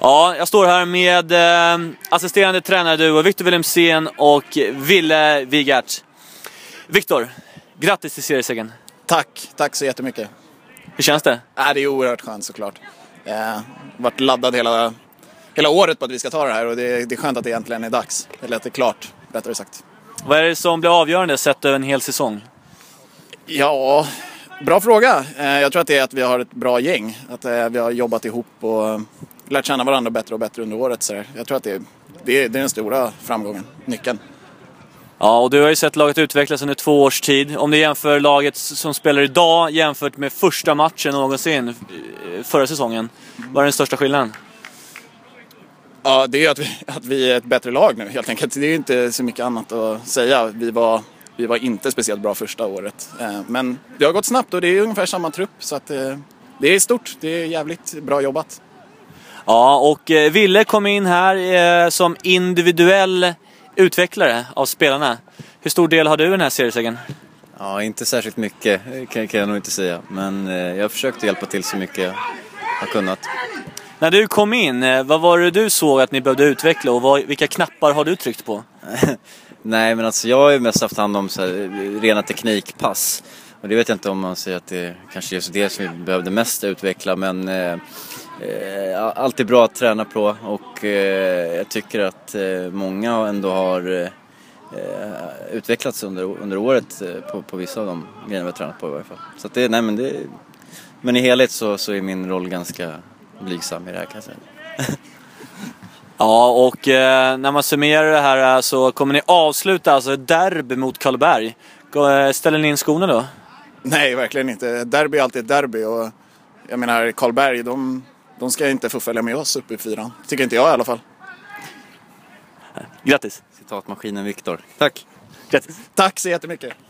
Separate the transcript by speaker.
Speaker 1: Ja, jag står här med assisterande tränarduo Victor Wilhelmsen och Ville Wigert. Victor, grattis till seriesegern.
Speaker 2: Tack så jättemycket.
Speaker 1: Hur känns det?
Speaker 2: Det är oerhört skönt såklart. Varit laddad hela året på att vi ska ta det här och det är skönt att det egentligen är dags. Eller att det är klart, rättare sagt.
Speaker 1: Vad är det som blir avgörande sett över en hel säsong?
Speaker 2: Ja, bra fråga. Jag tror att det är att vi har ett bra gäng. Att vi har jobbat ihop och lärt känna varandra bättre och bättre under året. Så jag tror att det är den stora framgången, nyckeln.
Speaker 1: Ja, och du har ju sett laget utvecklas under 2 års tid. Om du jämför laget som spelar idag jämfört med första matchen någonsin förra säsongen, vad är den största skillnaden?
Speaker 2: Ja, det är att vi är ett bättre lag nu helt enkelt. Det är ju inte så mycket annat att säga. Vi var inte speciellt bra första året. Men det har gått snabbt och det är ungefär samma trupp. Så att det är stort. Det är jävligt bra jobbat.
Speaker 1: Ja, och Ville kom in här som individuell utvecklare av spelarna. Hur stor del har du i den här seriesegern?
Speaker 3: Ja, inte särskilt mycket kan jag nog inte säga. Men jag försökte hjälpa till så mycket jag har kunnat.
Speaker 1: När du kom in, vad var det du såg att ni behövde utveckla och vilka knappar har du tryckt på?
Speaker 3: Nej, men alltså jag har ju mest haft hand om så här, rena teknikpass. Och det vet jag inte om man säger att det kanske är just det som vi behövde mest utveckla. Men allt är bra att träna på och jag tycker att många ändå har utvecklats under året på vissa av de grejerna vi har tränat på i varje fall. Så att men i helhet så är min roll ganska blygsam i det här kan jag säga.
Speaker 1: Ja, och när man summerar det här så kommer ni avsluta alltså ett derby mot Karlberg. Ställer ni in skorna då?
Speaker 2: Nej, verkligen inte. Derby är alltid ett derby och jag menar Karlberg, de ska inte få följa med oss upp i 4. Tycker inte jag i alla fall.
Speaker 1: Grattis.
Speaker 3: Citatmaskinen Victor. Tack.
Speaker 1: Grattis.
Speaker 2: Tack så jättemycket.